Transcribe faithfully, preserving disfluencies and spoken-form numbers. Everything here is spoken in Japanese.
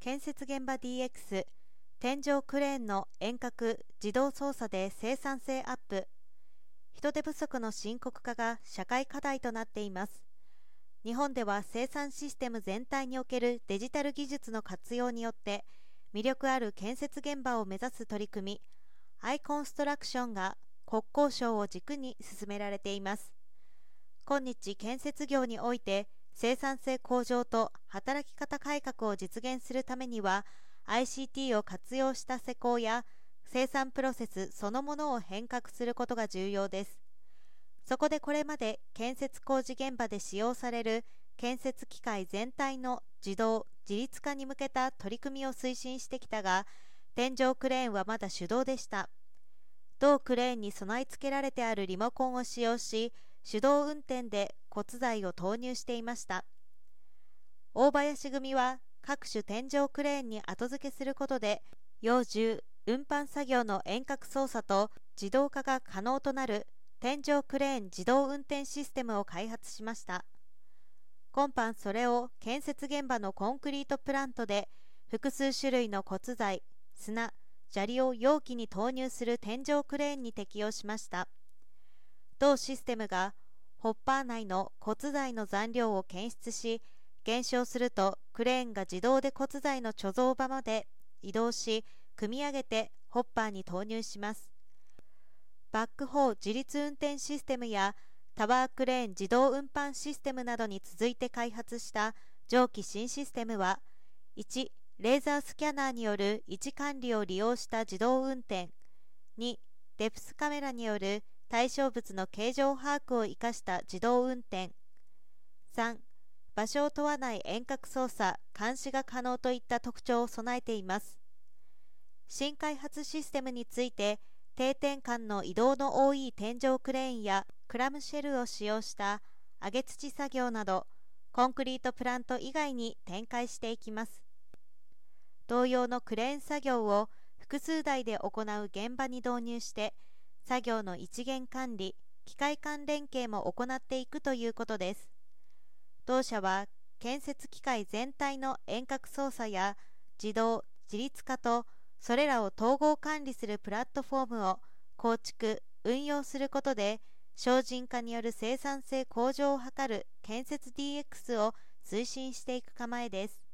建設現場 ディーエックス、天井クレーンの遠隔自動操作で生産性アップ。人手不足の深刻化が社会課題となっています。日本では生産システム全体におけるデジタル技術の活用によって魅力ある建設現場を目指す取り組み、アイコンストラクションが国交省を軸に進められています。今日建設業において生産性向上と働き方改革を実現するためには アイシーティー を活用した施工や生産プロセスそのものを変革することが重要です。そこでこれまで建設工事現場で使用される建設機械全体の自動・自律化に向けた取り組みを推進してきたが、天井クレーンはまだ手動でした。同クレーンに備え付けられてあるリモコンを使用し、手動運転で骨材を投入していました。大林組は各種天井クレーンに後付けすることで、幼獣運搬作業の遠隔操作と自動化が可能となる天井クレーン自動運転システムを開発しました。今般それを建設現場のコンクリートプラントで複数種類の骨材、砂、砂利を容器に投入する天井クレーンに適用しました。同システムがホッパー内の骨材の残量を検出し、減少するとクレーンが自動で骨材の貯蔵場まで移動し、組み上げてホッパーに投入します。バックホー自律運転システムやタワークレーン自動運搬システムなどに続いて開発した上記新システムは、いち、レーザースキャナーによる位置管理を利用した自動運転、に、デプスカメラによる対象物の形状把握を生かした自動運転、さん、場所を問わない遠隔操作・監視が可能といった特徴を備えています。新開発システムについて、定点間の移動の多い天井クレーンやクラムシェルを使用した上げ土作業など、コンクリートプラント以外に展開していきます。同様のクレーン作業を複数台で行う現場に導入して、作業の一元管理、機械間連携も行っていくということです。同社は建設機械全体の遠隔操作や自動・自律化とそれらを統合管理するプラットフォームを構築・運用することで、省人化による生産性向上を図る建設 ディーエックス を推進していく構えです。